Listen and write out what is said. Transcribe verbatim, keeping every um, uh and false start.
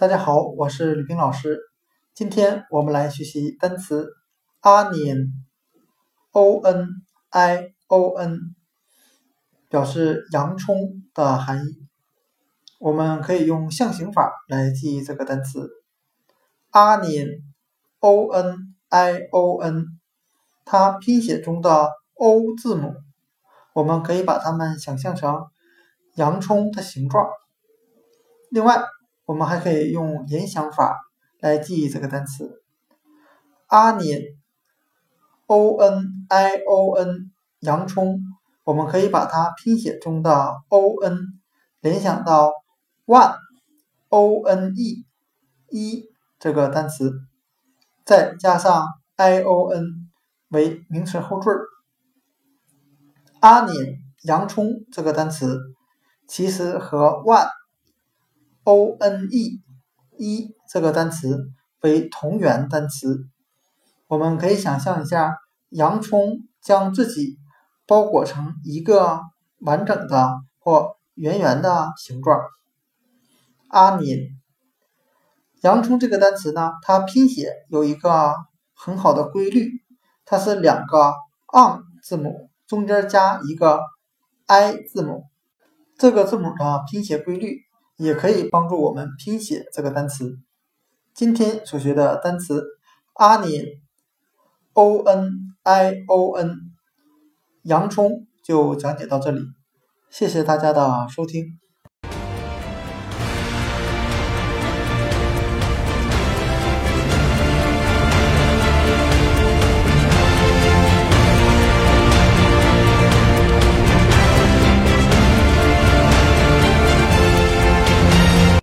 大家好，我是吕冰老师。今天我们来学习单词 onion O N I O N， 表示洋葱的含义。我们可以用象形法来记忆这个单词 onion O N I O N， 它拼写中的 O 字母，我们可以把它们想象成洋葱的形状。另外，我们还可以用联想法来记忆这个单词 onion O N I O N， 洋葱，我们可以把它拼写中的 O N 联想到 one O N E 一这个单词，再加上 I O N 为名词后缀。onion 洋葱这个单词其实和 one O N E 一这个单词为同源单词。我们可以想象一下，洋葱将自己包裹成一个完整的或圆圆的形状。onion 洋葱这个单词呢，它拼写有一个很好的规律，它是两个 on 字母中间加一个 I 字母，这个字母的拼写规律也可以帮助我们拼写这个单词。今天所学的单词 onion O N I O N 洋葱就讲解到这里，谢谢大家的收听。